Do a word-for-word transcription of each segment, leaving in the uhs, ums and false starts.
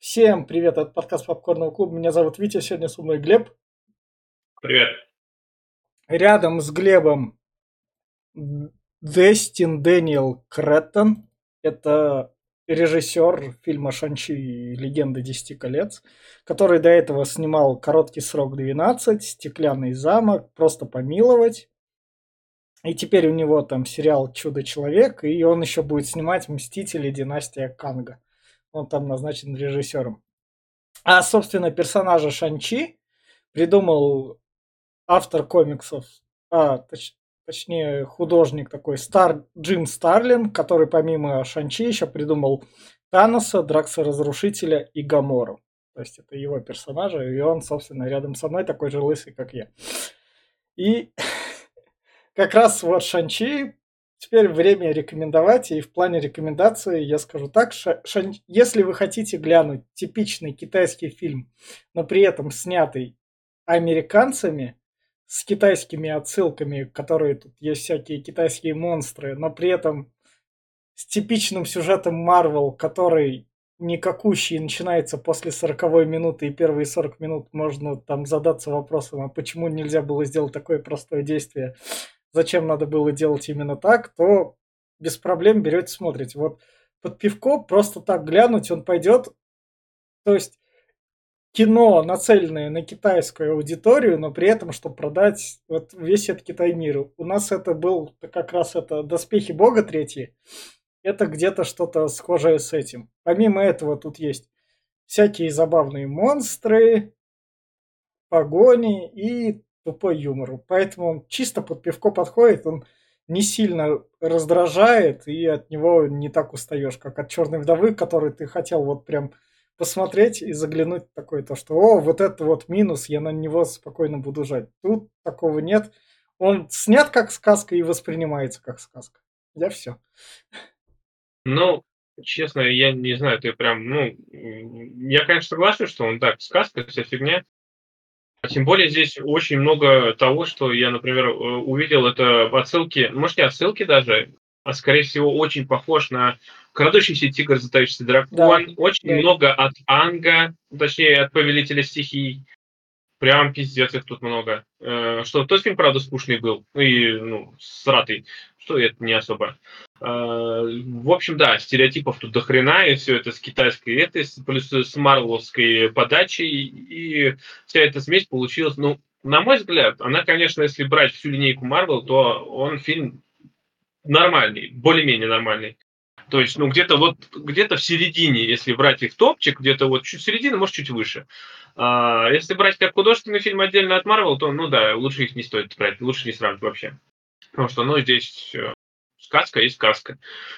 Всем привет, это подкаст Попкорного клуба. Меня зовут Витя, сегодня со мной Глеб. Привет. Рядом с Глебом Дестин Дэниел Креттон. Это режиссер фильма «Шанчи и легенда Десяти колец», который до этого снимал «Короткий срок двенадцать», «Стеклянный замок», «Просто помиловать». И теперь у него там сериал «Чудо-человек», и он еще будет снимать «Мстители. Династия Канга». Он там назначен режиссером. А, собственно, персонажа Шанчи придумал автор комиксов, а, точ- точнее, художник такой, Стар, Джим Старлинг, который помимо Шанчи еще придумал Таноса, Дракса Разрушителя и Гамору. То есть это его персонажи, и он, собственно, рядом со мной такой же лысый, как я. И как раз вот Шанчи, теперь время рекомендовать, и в плане рекомендации я скажу так, Ша- Шан- если вы хотите глянуть типичный китайский фильм, но при этом снятый американцами, с китайскими отсылками, которые тут есть всякие китайские монстры, но при этом с типичным сюжетом Марвел, который никакущий начинается после сороковой минуты, и первые сорок минут можно там задаться вопросом, а почему нельзя было сделать такое простое действие, зачем надо было делать именно так, то без проблем берете, смотрите. Вот под пивко просто так глянуть он пойдет. То есть кино, нацеленное на китайскую аудиторию, но при этом, чтобы продать вот весь этот Китай миру. У нас это был как раз это «Доспехи Бога» третьи. Это где-то что-то схожее с этим. Помимо этого тут есть всякие забавные монстры, погони и тупой юмор. Поэтому он чисто под пивко подходит, он не сильно раздражает, и от него не так устаешь, как от «Черной вдовы», который ты хотел вот прям посмотреть и заглянуть такой, то что, о, вот это вот минус, я на него спокойно буду жать. Тут такого нет. Он снят как сказка и воспринимается как сказка. Я все. Ну, честно, я не знаю, ты прям, ну, м, я, конечно, согласен, что он так, сказка, вся фигня. А тем более здесь очень много того, что я, например, э, увидел, это отсылки, может, не отсылки даже, а, скорее всего, очень похож на «Крадущийся тигр, затаившийся Да, дракон». Очень да. много от Анга, точнее, от Повелителя стихий. Прям пиздец, их тут много. Э, что тот фильм, правда, скучный был. Ну и, ну, сратый. Что это не особо. Э, в общем, да, стереотипов тут до хрена, и все это с китайской этой, с- плюс с марвеловской подачей, и вся эта смесь получилась, ну, на мой взгляд, она, конечно, если брать всю линейку Марвел, то он фильм нормальный, более-менее нормальный. То есть, ну, где-то вот, где-то в середине, если брать их топчик, где-то вот чуть середина, может, чуть выше. А, если брать как художественный фильм отдельно от Марвел, то, ну да, лучше их не стоит брать, лучше не сравнивать вообще. Потому что, ну, здесь э, сказка есть сказка.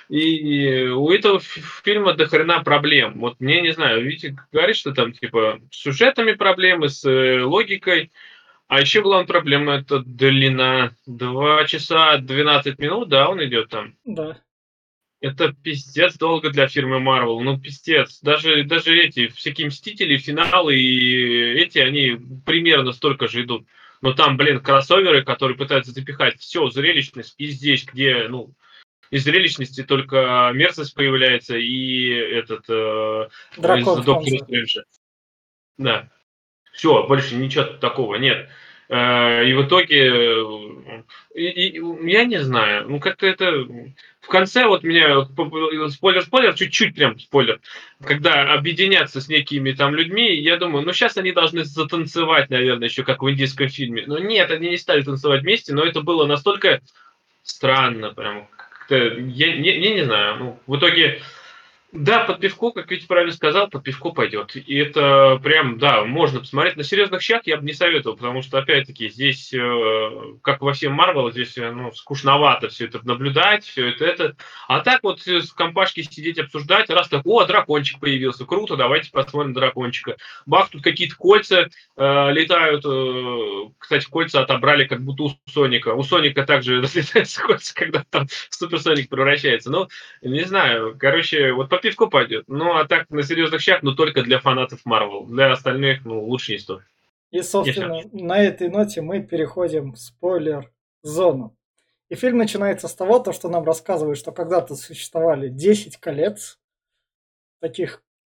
И у этого фи- фильма до хрена проблем. Вот мне, не знаю, Витя говорит, что там, типа, с сюжетами проблемы, с э, логикой. А еще главная проблема — это длина. Два часа двенадцать минут, да, он идет там. Да. Это пиздец долго для фирмы Marvel. Ну, пиздец. Даже, даже эти всякие Мстители, финалы и эти, они примерно столько же идут. Но там, блин, кроссоверы, которые пытаются запихать все, зрелищность, и здесь, где, ну, из зрелищности только мерзость появляется и этот э, из Дракон в Доктора конце. Стрэнджа. Да. Все, больше ничего такого нет. Э, И в итоге, э, и, и, я не знаю, ну как-то это в конце вот меня спойлер, спойлер, чуть-чуть прям спойлер, когда объединятся с некими там людьми, я думаю, ну сейчас они должны затанцевать, наверное, еще как в индийском фильме. Но нет, они не стали танцевать вместе, но это было настолько странно, прям как-то, я не, не, не знаю, ну в итоге да, под пивко, как Витя правильно сказал, под пивко пойдет. И это прям, да, можно посмотреть. На серьезных щах я бы не советовал, потому что, опять-таки, здесь, э, как во всем Марвел, здесь, э, ну, скучновато все это наблюдать, все это, это. А так вот э, с компашки сидеть, обсуждать, раз так, о, дракончик появился, круто, давайте посмотрим дракончика. Бах, тут какие-то кольца э, летают. Э, кстати, кольца отобрали как будто у Соника. У Соника также разлетаются кольца, когда там Суперсоник превращается. Но не знаю, короче, вот по пивку пойдет. Ну, а так на серьезных щах, но только для фанатов Марвел. Для остальных, ну, лучше не стоит. И, И все. собственно, на этой ноте мы переходим в спойлер-зону. И фильм начинается с того, то, что нам рассказывают, что когда-то существовали десять колец, таких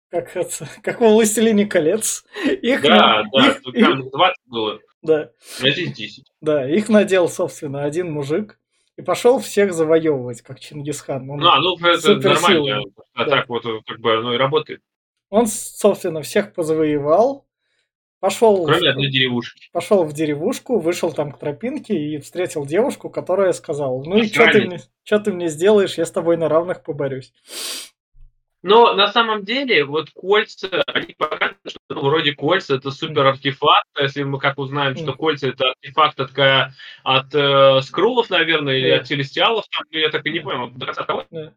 Как это, как во «Властелине колец». Их на Да, да, их тут их там двадцать было, да, а здесь десять. да, их надел, собственно, один мужик и пошел всех завоевывать, как Чингисхан. Ну, Он а, ну, это нормально. суперсилы, А да. так вот, э, как бы оно и работает. Он, собственно, всех позавоевал, пошел в Кроме ка одной деревушки. пошел в деревушку, вышел там к тропинке и встретил девушку, которая сказала: "Ну и чё ты Засранец. мне чё ты мне сделаешь? Я с тобой на равных поборюсь". Но на самом деле вот кольца, они показаны, что, ну, вроде кольца — это М. супер артефакт. А если мы как узнаем, что М. кольца — это артефакт от ка от, э, скруллов, наверное, или от Да. селестиалов, там, я так и не Да. понял до конца того. Да.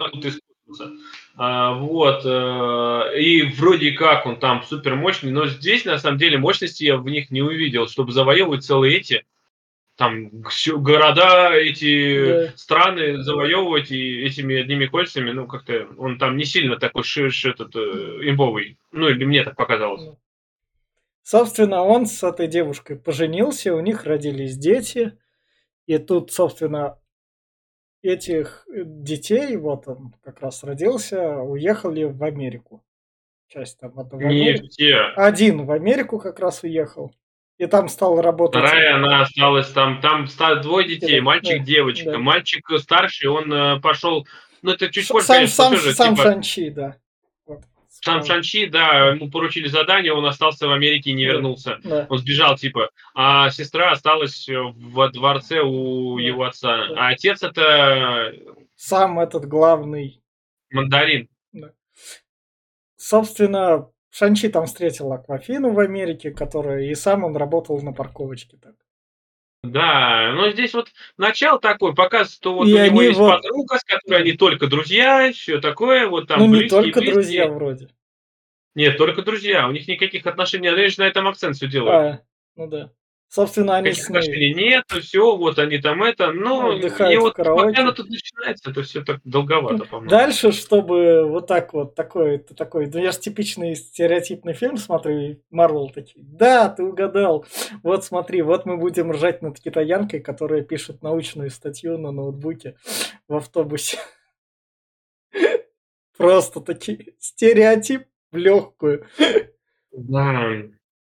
А, вот, э, и вроде как он там супер мощный, но здесь на самом деле мощности я в них не увидел, чтобы завоевывать целые эти там всё города, эти Да. страны завоевывать и этими одними кольцами. Ну, как-то он там не сильно такой ш ш этот, э, М. имбовый. Ну, или мне так показалось. Ну. Собственно, он с этой девушкой поженился, у них родились дети. И тут, собственно этих, э, детей, вот он как раз родился, уехали в Америку. Часть там одна в Не Америку, все. один в Америку как раз уехал и там стал работать. Вторая, она осталась там. Там ста двое детей: Да, мальчик, да, девочка. да. Мальчик, э, старший, он, э, пошел, ну, это чуть Ш позже, сам конечно, но сам всё же, сам типа Шан-Чи, да. Вот, Сам справа. Шан-Чи, да, Да. ему поручили задание, он остался в Америке и не Да, вернулся. да. Он сбежал типа, а сестра осталась, э, во дворце у Да, его отца. да. А отец — это Сам этот главный. мандарин. Да. Собственно, Шан-Чи там встретил Аквафину в Америке, которая и сам он работал на парковочке так. Да, но здесь вот начало такое, показывает, что вот И у него они есть вот подруга, с которой да. они только друзья, всё такое, вот Ну, там не только друзья близкие-близкие. вроде. Нет, только друзья, у них никаких отношений, они же на этом акцент всё делают. А, ну да. Собственно, они Никаких с ней отношений нету, всё, вот они там это, но и отдыхают в вот пока оно караоке. тут начинается, это всё так М, долговато, по-моему. дальше, чтобы вот так вот, такой ты такой, ну, я ж типичный стереотипный фильм смотрю, и Марвел такие: "Да, ты угадал. Вот смотри, вот мы будем ржать над китаянкой, которая пишет научную статью на ноутбуке в автобусе". Просто такие стереотип в легкую. Да.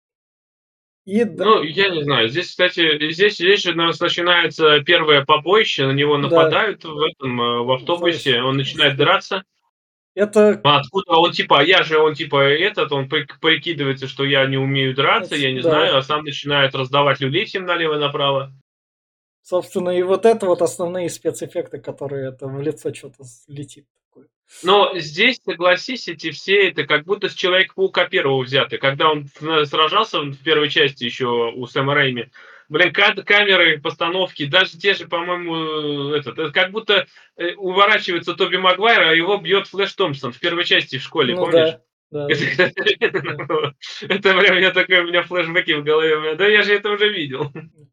И да Ну, я не знаю, здесь, кстати, здесь здесь же у нас начинается первое побоище, на него Да. нападают в этом, э, в автобусе, он начинает драться. Это А откуда он типа: "А я же", он типа этот, он прик прикидывается, что я не умею драться, эц я не да. знаю, а сам начинает раздавать люлей всем налево и направо. Собственно, и вот это вот основные спецэффекты, которые это в лицо чё-то с летит такое. Но здесь, согласись, эти все это как будто с Человека-паука первого взяты. Когда он ф сражался в первой части еще у Сэма Рэйми, блин, кад камеры, постановки, даже те же, по-моему, этот, это как будто, э, уворачивается Тоби Магуайр, а его бьет Флэш Томпсон в первой части в школе, Ну помнишь? да. Да-да-да. Это Да. это прям я такой, у меня флешбеки в голове, у меня: "Да я же это уже видел".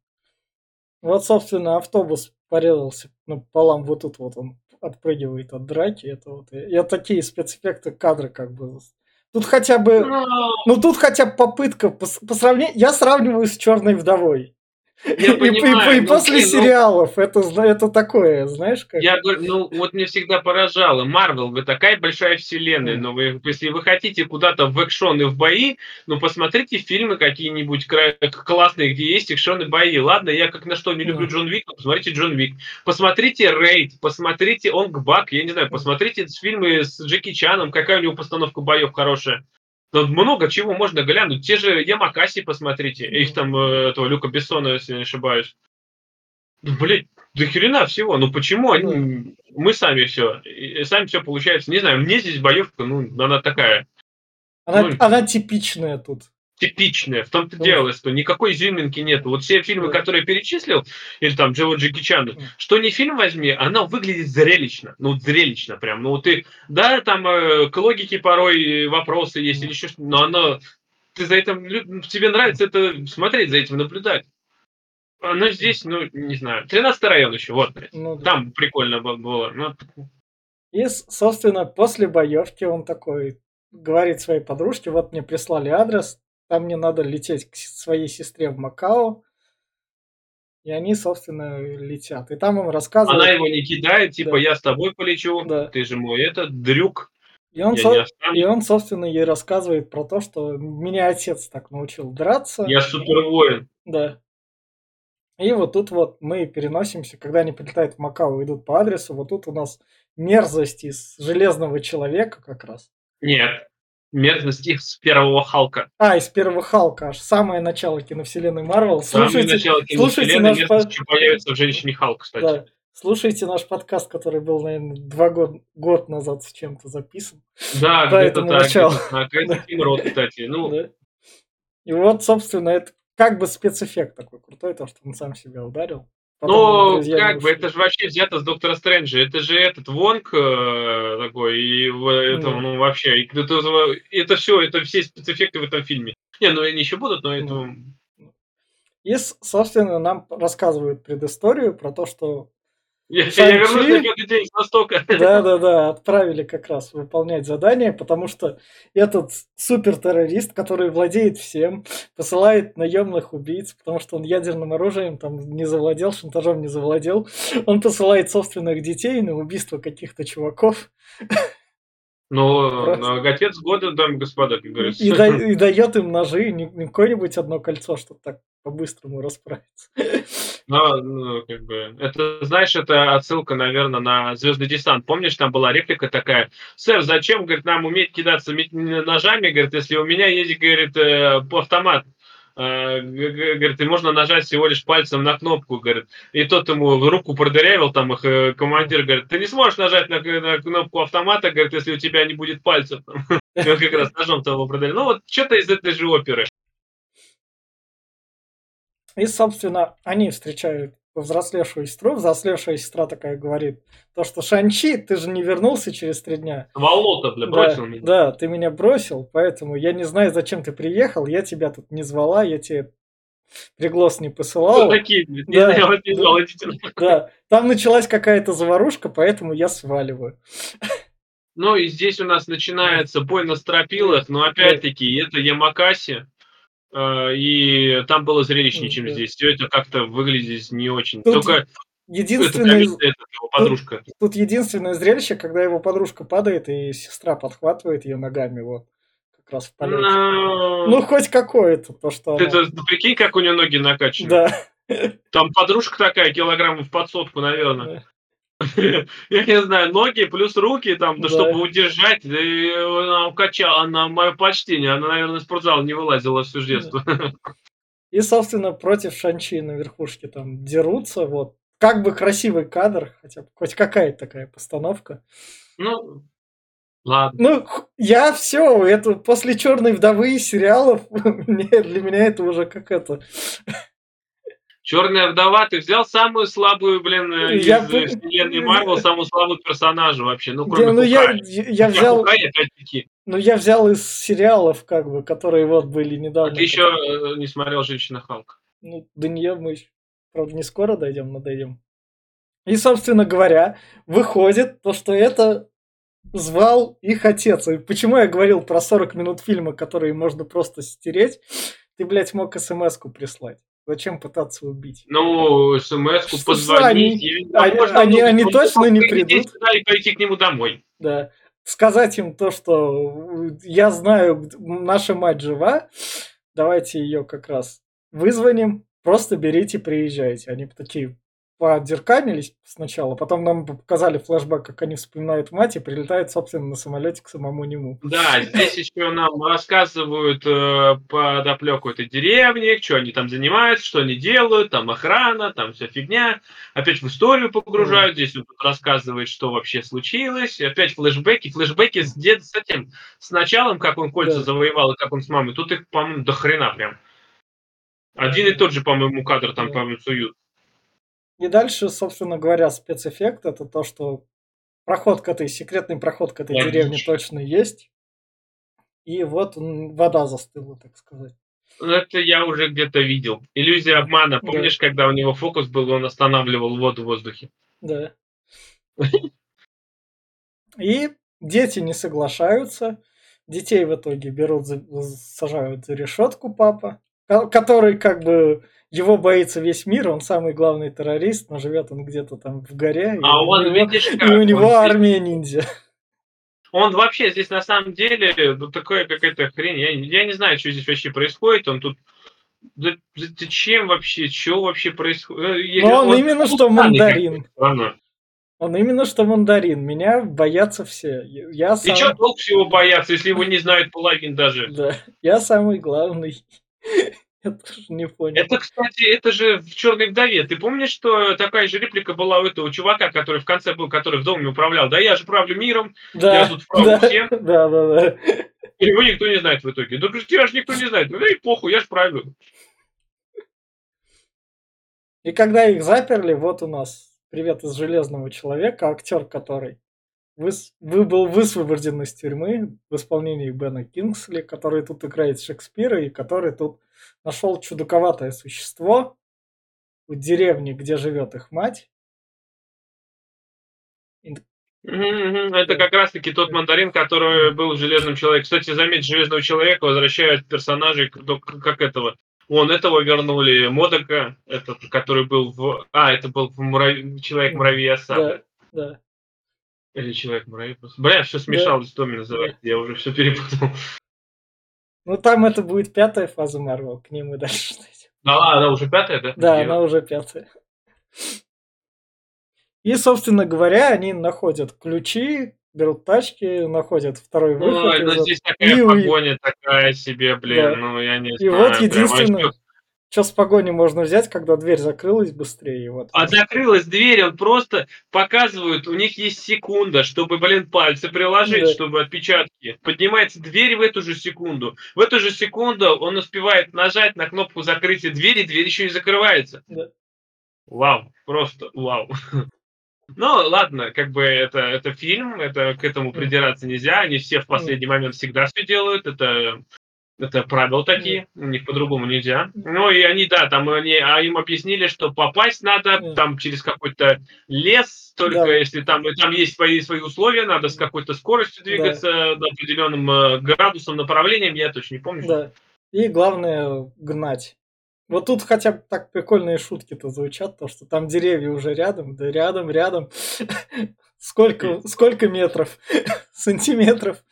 Вот, собственно, автобус порезался напополам, вот тут вот он отпрыгивает от драки. Это вот и и такие спецэффекты, кадры как бы. Тут хотя бы, Но ну, тут хотя бы попытка по с по сравнению я сравниваю с "Черной вдовой". Я И п и п и понимаю, ну, после блин, ну сериалов это зна это такое, знаешь, как. Я говорю, ну, вот меня всегда поражало, Марвел, вы такая большая вселенная, М. но вы, если вы хотите куда-то в экшон и в бои, ну, посмотрите фильмы какие-нибудь кра классные, где есть экшон и бои. Ладно, я как на что не люблю М. Джон Уика, посмотрите Джон Уик. Посмотрите Рейд, посмотрите Онг Бак, я не знаю, М. посмотрите с фильмы с Джеки Чаном, какая у него постановка боев хорошая. Тут много чего можно глянуть. Те же Ямакаси посмотрите, их М. там, э, этого Люка Бессона, если не ошибаюсь. Ну, блин, дохрена всего. Ну, почему Да. они мы сами всё, и сами всё получается. Не знаю, мне здесь боевка, ну, она М. такая, Она ну она типичная тут. типичная. В том-то М. дело, что никакой изюминки нету. Вот все фильмы, Да. которые я перечислил, или там того Джеки Чана, М. что ни фильм возьми, оно выглядит зрелищно. Ну, вот зрелищно прям. Ну, вот ты, да, там, э, к логике порой вопросы есть или М. еще что-то, но оно ты за этим лю тебе М. нравится это смотреть, за этим наблюдать. Но М. здесь, ну, не знаю. "Тринадцатый район" еще, вот, блядь. Ну да. Там прикольно бы было, но И, с собственно, после боевки он такой говорит своей подружке: "Вот мне прислали адрес, там мне надо лететь к с своей сестре в Макао". И они, собственно, летят. И там им Она рассказывают его не кидает, типа: Да. "Я с тобой полечу, Да. ты же мой этот, друг". И он, Я не со- и останусь. он, собственно, ей рассказывает про то, что меня отец так научил драться. Я супервоин. Да. И вот тут вот мы переносимся, когда они прилетают в Макао, идут по адресу, вот тут у нас мерзость из Железного Человека как раз. Нет. Мерзость их с первого Халка. А, из первого Халка, аж самое начало киновселенной Марвел. Самое Слушайте, начало слушайте киновселенной, наш мерзость по... еще появится в «Женщине Халк», кстати. Да, слушайте наш подкаст, который был, наверное, два года, год назад с чем-то записан. Да, По где-то этому так, началу. где-то так. Это Да. Кинрод, кстати. Ну, Да. И вот, собственно, это как бы спецэффект такой крутой, то, что он сам себя ударил. Потом ну, друзья не как бы, ушли. это же вообще взято с Доктора Стрэнджа. Это же этот Вонг э, такой, и в этом, Да. ну, вообще, и это, это все, это все спецэффекты в этом фильме. Не, ну, они еще будут, но это... Да. И, с- собственно, нам рассказывают предысторию про то, что Я, я вернусь на Шанчи, пятый день с Востока. да-да-да, отправили как раз выполнять задание, потому что этот супертеррорист, который владеет всем, посылает наемных убийц, потому что он ядерным оружием там не завладел, шантажом не завладел. Он посылает собственных детей на убийство каких-то чуваков. Ну, Просто. ну, отец года, дамы и господа, как И, и, говорится. да- и дает им ножи, не, не какое-нибудь одно кольцо, чтобы так по-быстрому расправиться. Но, ну, как бы, это, знаешь, это отсылка, наверное, на «Звездный десант». Помнишь, там была реплика такая: «Сэр, зачем, говорит, нам уметь кидаться ми- ножами, говорит, если у меня есть, говорит, э, автомат?» Э, г- г- Говорит, и можно нажать всего лишь пальцем на кнопку, говорит. И тот ему в руку продырявил, там их э, командир, говорит, ты не сможешь нажать на, на кнопку автомата, говорит, если у тебя не будет пальцев. И он как раз ножом того продырявил. Ну вот что-то из этой же оперы. И, собственно, они встречают повзрослевшую сестру. Взрослевшая сестра такая говорит, то, что Шанчи, ты же не вернулся через три дня. Волота, бля, Да, бросил меня. да, ты меня бросил, поэтому я не знаю, зачем ты приехал, я тебя тут не звала, я тебе приглас не Кто посылала. такие, блядь? Не Да, знаю, не да, знал, идите нахуй. да. Там началась какая-то заварушка, поэтому я сваливаю. Ну и здесь у нас Да, начинается бой на да, стропилах, но да. опять-таки это Ямакаси, э, и там было зрелищнее, М, чем да. здесь. Все это как-то выглядит не очень. Тут Только это единственный, комедия, это его тут, подружка. тут единственное зрелище, когда его подружка падает, и сестра подхватывает ее ногами, вот, как раз в полете. Ну, Но хоть какое-то, то, что ты, она... это, ну, прикинь, как у нее ноги накачаны. Да. Там подружка такая, килограммов под сотку, наверное. Да. Я не знаю, ноги плюс руки, там, да, чтобы Да. удержать, да, и она укачала, она мое почтение, она, наверное, из спортзала не вылазила всю Да. детство. И, собственно, против Шанчи на верхушке там дерутся, вот. Как бы красивый кадр, хотя бы хоть какая-то такая постановка. Ну, ладно. Ну, х- я все, это после Черной вдовы сериалов, мне- для меня это уже как это. Черная вдова, ты взял самую слабую, блин, э, Я, из э, бы- вселенной Марвел, самую слабую персонажа вообще, ну, я- кроме ну, я, Хукая. я Хотя взял, Хукай, опять-таки. ну, я взял из сериалов, как бы, которые вот были А ты недавно. еще Как, э, не смотрел «Женщина Халк». ну, до нее мы, ещё, правда, не скоро дойдем, но дойдем. И, собственно говоря, выходит то, что это звал их отец. И почему я говорил про сорок минут фильма, которые можно просто стереть? Ты, блядь, мог смс-ку прислать. Зачем пытаться убить? Ну, смс-ку, Что с- позвонить, они, или там они, можно они, много они чего. точно не Прилететь придут. сюда и пойти к нему домой. Да. Сказать им то, что я знаю, г- наша мать жива, давайте ее как раз вызвоним, просто берите, приезжайте. Они такие подзеркалились сначала, потом нам показали флешбэк, как они вспоминают мать и прилетают, собственно, на самолете к самому нему. Да, здесь еще нам рассказывают э, подоплеку этой деревни, что они там занимаются, что они делают, там охрана, там вся фигня. Опять в историю М, погружают, здесь вот рассказывает, что вообще случилось. И опять флешбеки, флешбеки с, дед, с этим, с началом, как он кольца Да, завоевал и как он с мамой. Тут их, по-моему, до хрена прям. Один и да, тот же, по-моему, кадр там, да. по-моему, суют. И дальше, собственно говоря, спецэффект это то, что проход к этой, секретный проход к этой деревне Логично. точно есть. И вот м, вода застыла, так сказать. Ну, это я уже где-то видел. Иллюзия Да, обмана. да, Помнишь, когда у него фокус был, он останавливал воду в воздухе? да. И дети не соглашаются. Детей в итоге берут, за- сажают за решетку папа, ко- который как бы его боится весь мир, он самый главный террорист, но живет он где-то там в горе, и А у он, него, видишь и у как, он него здесь, армия ниндзя. Он вообще здесь на самом деле, ну, такая какая-то хрень. Я, я не знаю, что здесь вообще происходит. Он тут... Да, да зачем вообще? Что вообще происходит? Но он Он, именно он что странный какой-то, мандарин. ладно. Он именно что мандарин. Меня боятся все. Я я И чё сам. толку всего бояться, если его не знает половина даже? Да, я самый главный. Я тоже не понял. Это, кстати, это же в «Черной вдове». Ты помнишь, что такая же реплика была у этого чувака, который в конце был, который в доме управлял? Да я же правлю миром, я Да, тут правлю да, всем. да-да-да. И его никто не знает в итоге. Да тебя же никто не знает. Ну да и похуй, я же правлю. И когда их заперли, вот у нас "Привет из Железного человека", актер, который выс вы был высвобожден из тюрьмы в исполнении Бена Кингсли, который тут играет Шекспира и который тут нашел чудаковатое существо в деревне, где живет их мать. Ин Мгм, мгм. Это да, как раз таки тот да. мандарин, который был в «Железном человеке». Кстати, заметь, «Железного человека» возвращают персонажей, кто к как этого. Вон этого вернули, Модока, этот, который был в а, это был в мура М, Человек-муравей и оса, да, да? да, Или Человек-муравей просто. Бля, всё да, смешалось, кто меня да. называет, я уже всё перепутал. Ну, там это будет пятая фаза Марвел, к ней мы дальше дойдем. Да ладно, она уже пятая, да? Да, она Ё уже пятая. И, собственно говоря, они находят ключи, берут тачки, находят второй выход Ой, ну из здесь эт такая и уи погоня такая себе, блин, Да. ну я не И вот знаю, прям а ещё единственное, чё с погони можно взять, когда дверь закрылась быстрее, и вот А они. закрылась дверь, он просто показывают, у них есть секунда, чтобы, блин, пальцы приложить, Да, чтобы отпечатки. Поднимается дверь в эту же секунду. В эту же секунду он успевает нажать на кнопку закрытия двери, дверь еще и закрывается. да. Вау, просто вау. Ну, ладно, как бы это, это фильм, это к этому М, придираться нельзя. Они все в м, последний момент всегда все делают. Это это правила да, такие, у них по-другому нельзя. Ну и они, да, там они, а им объяснили, что попасть надо м, там через какой-то лес, только да, если там, и там есть свои, свои условия, надо с м, какой-то скоростью да, двигаться, определенным э, градусом, направлением, я точно не помню сейчас. да. И главное гнать. Вот тут хотя бы так прикольные шутки-то звучат, то, что там деревья уже рядом, да рядом, рядом. Хм. Сколько сколько метров? Сантиметров.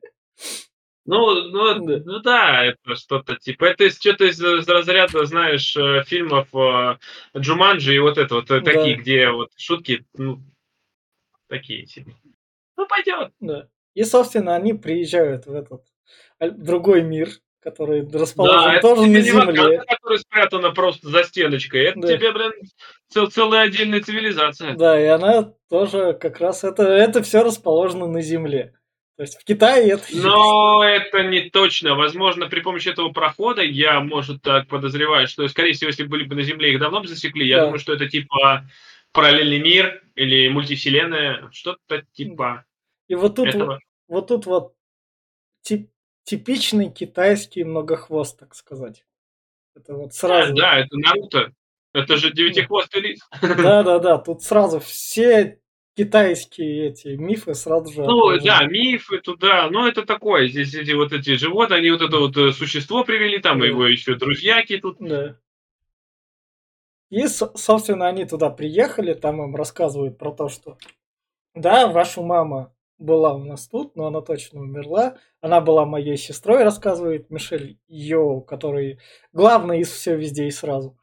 Ну, ну, Да, ну да, это что-то типа, это из что-то из, из разряда, знаешь, э, фильмов э, Джуманджи и вот это вот э, такие, да, где вот шутки, ну, такие себе. Ну, пойдет. да. И, собственно, они приезжают в этот аль другой мир, который Да, расположен это тоже на тебе не Ваканда, Земле. которая спрятана просто за стеночкой. Это Да, тебе, блин, цел целая отдельная цивилизация. да, и она тоже как раз это это все расположено на Земле. То есть в Китае это есть. Но это не точно. Возможно, при помощи этого прохода я, может, так подозреваю, что, скорее всего, если были бы на Земле, их давно бы засекли. Я думаю, Да, что это типа параллельный мир или мультивселенная, что-то да. типа И вот тут во этого. вот тут вот тип типичный китайский многохвост, так сказать. Это вот А, сразу. да, это Наруто. Это же М. девятихвостый лис. Да-да-да, тут сразу все китайские эти мифы сразу же Ну отражены. да, мифы туда, ну это такое. Здесь эти вот эти животные, они вот это вот э, существо привели, там Да, его еще друзьяки тут. да. И, со собственно, они туда приехали, там им рассказывают про то, что да, ваша мама была у нас тут, но она точно умерла. Она была моей сестрой, рассказывает Мишель Йоу, который главный из "Всё везде и сразу".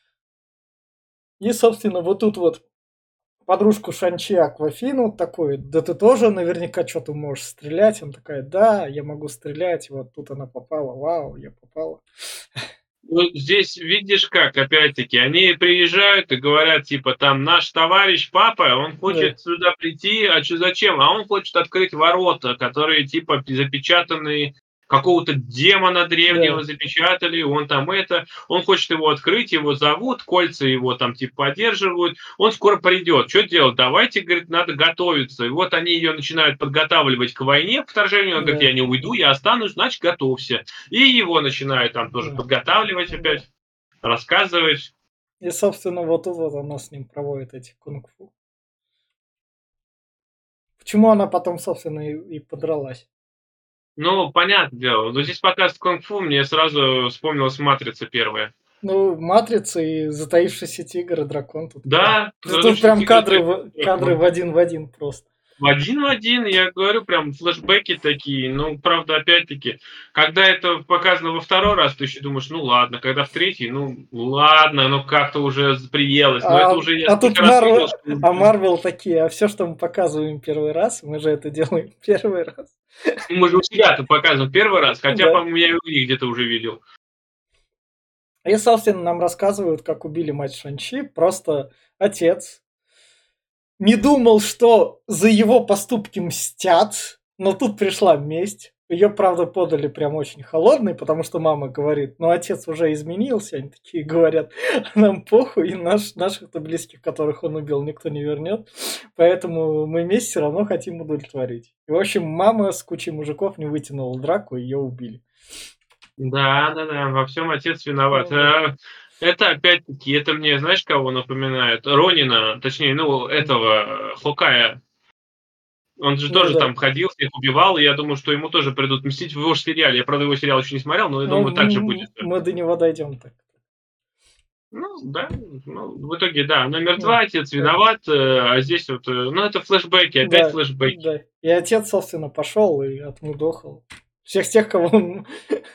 И, собственно, вот тут вот подружку Шанчи Аквафину такой: "Да ты тоже наверняка что то можешь стрелять". Она такая: "Да, я могу стрелять". Вот тут она попала. Вау, я попала. Вот здесь видишь как, опять-таки, они приезжают и говорят, типа, там, наш товарищ папа, он Да, хочет сюда прийти, а чё зачем? А он хочет открыть ворота, которые, типа, запечатаны, какого-то демона древнего да, запечатали, он там это, он хочет его открыть, его зовут, кольца его там, типа, поддерживают, он скоро придет. Что делать? Давайте, говорит, надо готовиться. И вот они ее начинают подготавливать к войне, к вторжению. Он говорит, да, я не уйду, я останусь, значит, готовься. И его начинают там тоже да, подготавливать да. опять, рассказывать. И, собственно, вот тут вот она с ним проводит эти кунг-фу. Почему она потом, собственно, и и подралась. Ну, понятное дело. Но здесь показывают кунг-фу, мне сразу вспомнилась «Матрица» первая. Ну, "Матрица" и "Затаившийся тигр", и дракон тут прям Да, тут «Разрушитель прям тигра», кадры в кадры в один в один просто. В один в один, я говорю, прям флешбеки такие. Ну, правда, опять-таки, когда это показано во второй раз, ты еще думаешь: "Ну ладно". Когда в третий, ну ладно, ну как-то уже з приелось. Но это А, уже я а тут столько раз видел, Марвел, что а уже Марвел такие, а все, что мы показываем первый раз, мы же это делаем первый раз. мы же у себя-то показываем первый раз, хотя, Да. по-моему, я и у них где-то уже видел. И, собственно, нам рассказывают, как убили мать Шанчи. Просто отец не думал, что за его поступки мстят, но тут пришла месть. Ее, правда, подали прям очень холодной, потому что мама говорит, ну отец уже изменился, они такие говорят, нам похуй, и наш, наших-то близких, которых он убил, никто не вернет, поэтому мы месть все равно хотим удовлетворить. И, в общем, мама с кучей мужиков не вытянула драку, ее убили. Да-да-да, во всем отец виноват. Ну да. А, это опять-таки, это мне, знаешь, кого напоминает? Ронина, точнее, ну, этого, э, Хокая. Он же Ну тоже да. там ходил, всех убивал, и я думаю, что ему тоже придут мстить в его же сериале. Я, правда, его сериал еще не смотрел, но я Ну, думаю, так же будет. м, мы до него дойдем так. Ну да, ну, в итоге, да, она Ну, мертва, отец да. виноват, э, а здесь вот, э, ну, это флешбеки, опять Да, флешбеки. да. И отец, собственно, пошел и отмудохал всех тех, кого он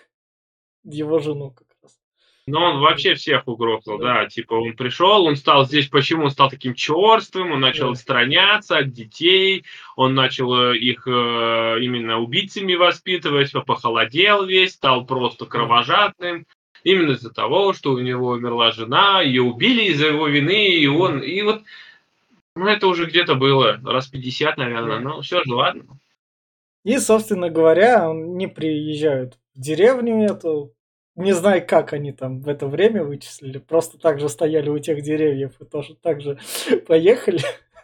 его жену как раз. Но он Вот. вообще всех угрохал, Да, да, типа он пришел, он стал здесь, почему он стал таким черствым, он начал да, отстраняться от детей, он начал э, их э, именно убийцами воспитывать, похолодел весь, стал просто да, кровожадным, именно из-за того, что у него умерла жена, ее убили из-за его вины, и да, он, и вот, ну это уже где-то было, раз пятьдесят, наверное, да. ну все же, ладно. И, собственно говоря, они приезжают в деревню эту. Не знаю, как они там в это время вычислили. Просто так же стояли у тех деревьев и тоже так же поехали.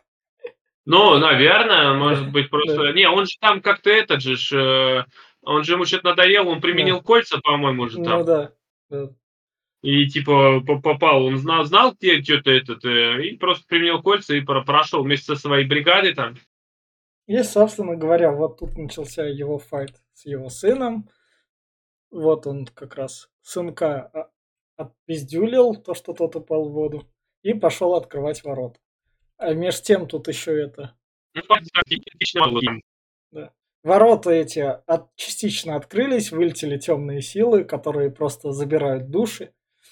Ну, наверное, Да, может быть, да, просто не, он же там как-то этот же ж, э, он же ему что-то надоело, он да. применил кольца, по-моему, же Ну там. да. Да. И типа по попал, он знал знал, где чё-то этот, э, и просто применил кольца и про прошел вместе со своей бригадой там. И, собственно говоря, вот тут начался его файт с его сыном. Вот он как раз сынка а, отпиздюлил, то, что тот упал в воду, и пошел открывать ворота. А меж тем тут еще это, Ну, там типичный Марлин. да. Ворота эти от, частично открылись, вылетели темные силы, которые просто забирают души.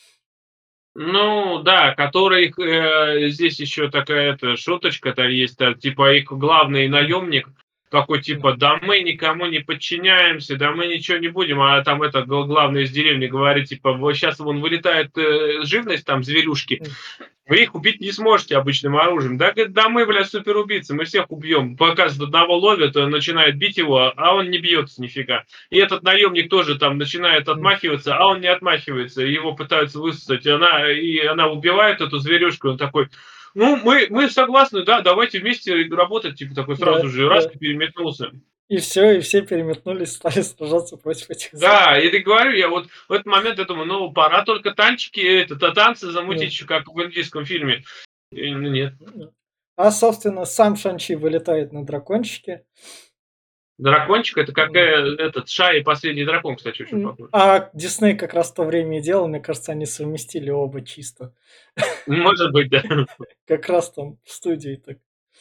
Ну да, которых, э, здесь еще такая эта шуточка-то есть, а, типа их главный М, наемник такой м, типа: "Да мы никому не подчиняемся, да мы ничего не будем". А там это гл главный из деревни говорит, типа: "Вот щас вон вылетает, э, живность, там зверюшки, м, вы их убить не сможете обычным оружием". Да, говорит, да мы, бля, суперубийцы, мы всех убьем. Показывает, одного ловят, э, начинает бить его, а он не бьется нифига. И этот наемник тоже там начинает м. отмахиваться, а он не отмахивается. Его пытаются высосать, и она, и она убивает эту зверюшку. Он такой: "Ну, мы, мы согласны, да, давайте вместе работать". Типа такой сразу Да, же раз да. и переметнулся. И все, и все переметнулись, стали сражаться против этих зомби. Да, и ты говорю, я вот в этот момент я думаю, ну, пора только танчики, это, та- танцы Да. замутить, еще как в индийском фильме. И, ну, нет. Да. А, собственно, сам Шанчи вылетает на дракончике. Дракончик это как Да. э, этот Шай и последний дракон, кстати, очень М, похож. а Дисней как раз в то время и делал, мне кажется, они совместили оба чисто. Может быть, да. Как раз там в студии так.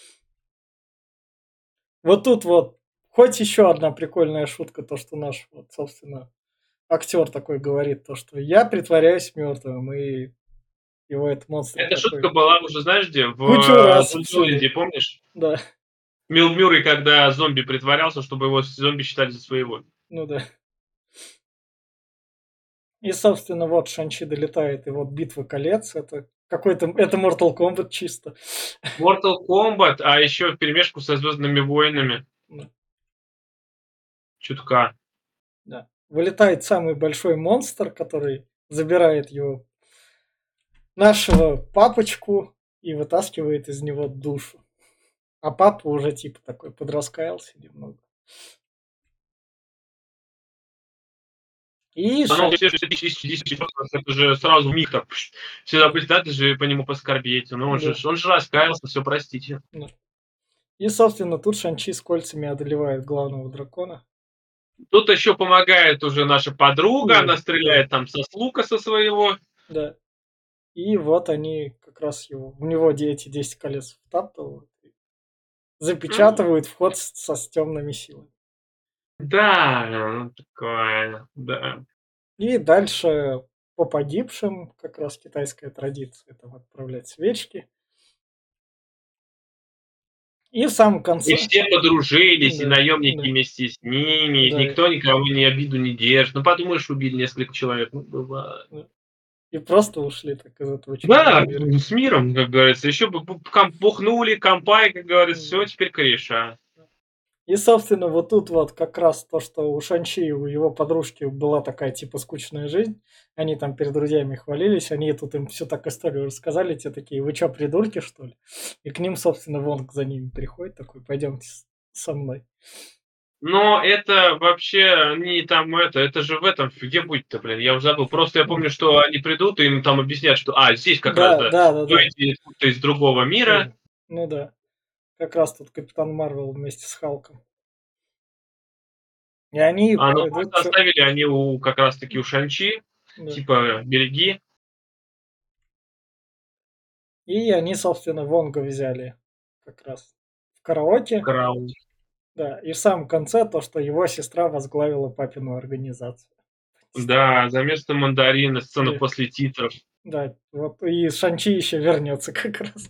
Вот тут вот, хоть еще одна прикольная шутка, то, что наш, вот, собственно, актер такой говорит, то, что я притворяюсь мертвым, и его этот монстр Эта такой шутка была уже, знаешь где? В кучу э, раз Зомбиленде, всюду. помнишь? Да, Мил Мюррей, когда зомби притворялся, чтобы его зомби считали за своего. ну да. И, собственно, вот Шанчи долетает, и вот Битва колец, это какой-то, это Mortal Kombat чисто. Mortal Kombat, а еще вперемешку со Звездными войнами. Да, Чутка. да. Вылетает самый большой монстр, который забирает его, нашего папочку, и вытаскивает из него душу. А папа уже типа такой подраскаялся немного. И Оно Шан... все же это же сразу миг так пш, все Да, забыть, да, ты же по нему поскорбеть. Ну, он же да, ж он же раскаялся, все простите. да. И, собственно, тут Шанчи с кольцами одолевает главного дракона. Тут еще помогает уже наша подруга, Да, она да, стреляет там со с лука со своего. да. И вот они как раз его, у него де- эти десять колец втаптывают. М, запечатывают вход с, со с темными силами. Да, ну, такое, да. И дальше по погибшим, как раз китайская традиция, там отправлять свечки. И в самом И конце, все подружились, и да, наемники да, вместе с ними, и да, никто никого не обиду не держит. Ну, подумаешь, убили несколько человек, ну, бывает. да. И просто ушли так из этого черного Да, мира. с миром, как говорится. Еще бы бу- ком- бухнули, компай, как говорится, все, Да. теперь кореша. И, собственно, вот тут вот как раз то, что у Шанчи, у его подружки была такая типа скучная жизнь. Они там перед друзьями хвалились, они тут им всю так историю рассказали, те такие, вы что, придурки, что ли? И к ним, собственно, Вонг за ними приходит, такой, пойдемте с- со мной. Но это вообще не там это, это же в этом, где будет-то, блин, я уже забыл. Просто я М. помню, что они придут, и им там объяснят, что, а, здесь как раз, Да, да, да, да, вы да, эти откуда-то из другого мира. да. Ну да, как раз тут Капитан Марвел вместе с Халком. И они А, ну, пойдут, просто чё... оставили они у как раз таки у Шанчи, Да. типа, береги, И они, собственно, Вонга взяли как раз в караоке. караул. Да, и в самом конце то, что его сестра возглавила папину организацию. Да, за место мандарина, сцена Да, после титров. да, вот и Шанчи еще вернется как раз.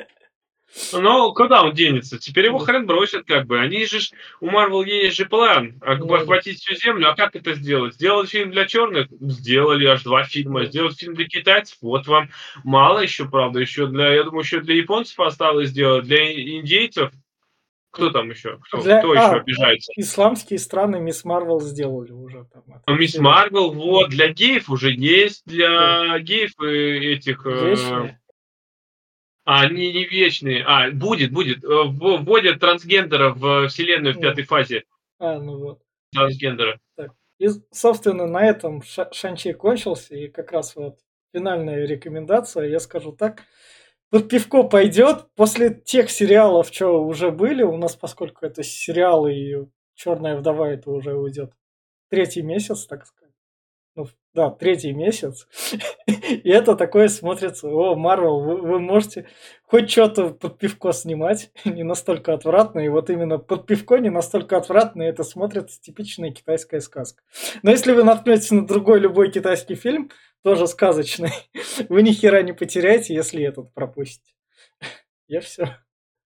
Но куда он денется? Теперь его Да, хрен бросят, как бы. Они же ж у Марвел есть же план ох ну да, охватить всю Землю. А как это сделать? Сделать фильм для черных? Сделали аж два фильма. да. Сделать фильм для китайцев? Вот вам. Мало еще, правда, еще для, я думаю, еще для японцев осталось сделать, для и индейцев. Кто там еще? Кто Для... кто еще А, обижается? исламские страны Мисс Марвел сделали уже там А этот Мисс сериал. Марвел, Да, вот, для геев уже есть, да. для геев и этих, э, Вечные. а, они не вечные. А, будет, будет. Э, в вводят трансгендеров в вселенную в Да. пятой фазе. А, ну вот. Трансгендера. Так. И, собственно, на этом Ша- Шанчи кончился. И как раз вот финальная рекомендация, я скажу так. Под пивко пойдет после тех сериалов, что уже были у нас, поскольку это сериалы и Черная вдова, это уже уйдет третий месяц, так сказать. Ну, да, третий месяц. И это такое смотрится. О, Марвел, вы, вы можете хоть что-то под пивко снимать, не настолько отвратно. И вот именно под пивко не настолько отвратно, и это смотрится типичная китайская сказка. Но если вы наткнетесь на другой любой китайский фильм, тоже сказочный, вы ни хера не потеряете, если этот пропустите. Я все.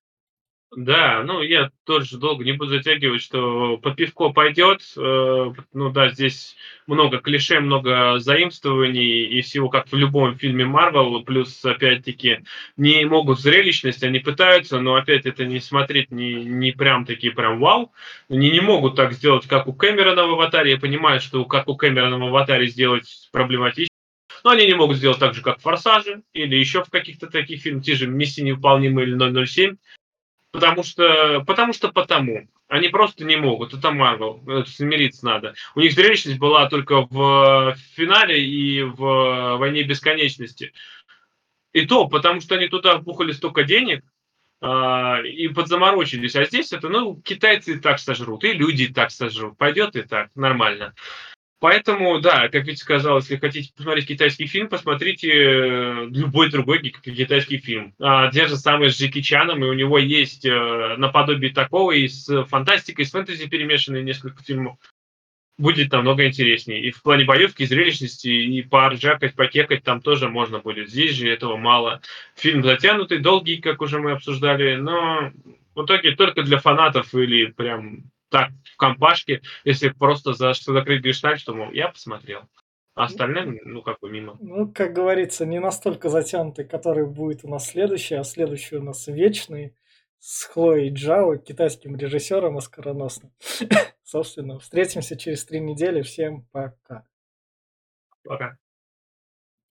Да, ну я тоже долго не буду затягивать, что под пивко пойдет. Э, ну да, здесь много клише, много заимствований и всего, как в любом фильме Марвел. Плюс, опять-таки, не могут зрелищность, они пытаются, но опять это не смотреть не, не прям такие прям вау. Они не могут так сделать, как у Кэмерона в «Аватаре». Я понимаю, что как у Кэмерона в «Аватаре» сделать проблематично. Но они не могут сделать так же, как в «Форсаже» или еще в каких-то таких фильмах, те же «Миссия невыполнима» или ноль ноль семь. Потому что, потому что потому. Они просто не могут. Это Марвел. Это смириться надо. У них зрелищность была только в финале и в «Войне бесконечности». И то, потому что они туда вбухали столько денег, а, и подзаморочились. А здесь это, ну, китайцы и так сожрут, и люди и так сожрут. Пойдет и так, нормально. Поэтому, да, как Витя сказал, если хотите посмотреть китайский фильм, посмотрите э, любой другой ки- китайский фильм. А, те же самые с Джеки Чаном, и у него есть э, наподобие такого и с фантастикой, и с фэнтези перемешанные несколько фильмов. Будет намного интереснее. И в плане боевки, и зрелищности, и поржакать, покекать там тоже можно будет. Здесь же этого мало. Фильм затянутый, долгий, как уже мы обсуждали, но в итоге только для фанатов или прям так в компашке, если просто за что закрыть гештальт, что, мол, я посмотрел. А остальным, ну, как бы мимо. Ну, как говорится, не настолько затянутый, который будет у нас следующий, а следующий у нас вечный с Хлоей Джао, китайским режиссером оскароносным. Собственно, встретимся через три недели. Всем пока. Пока.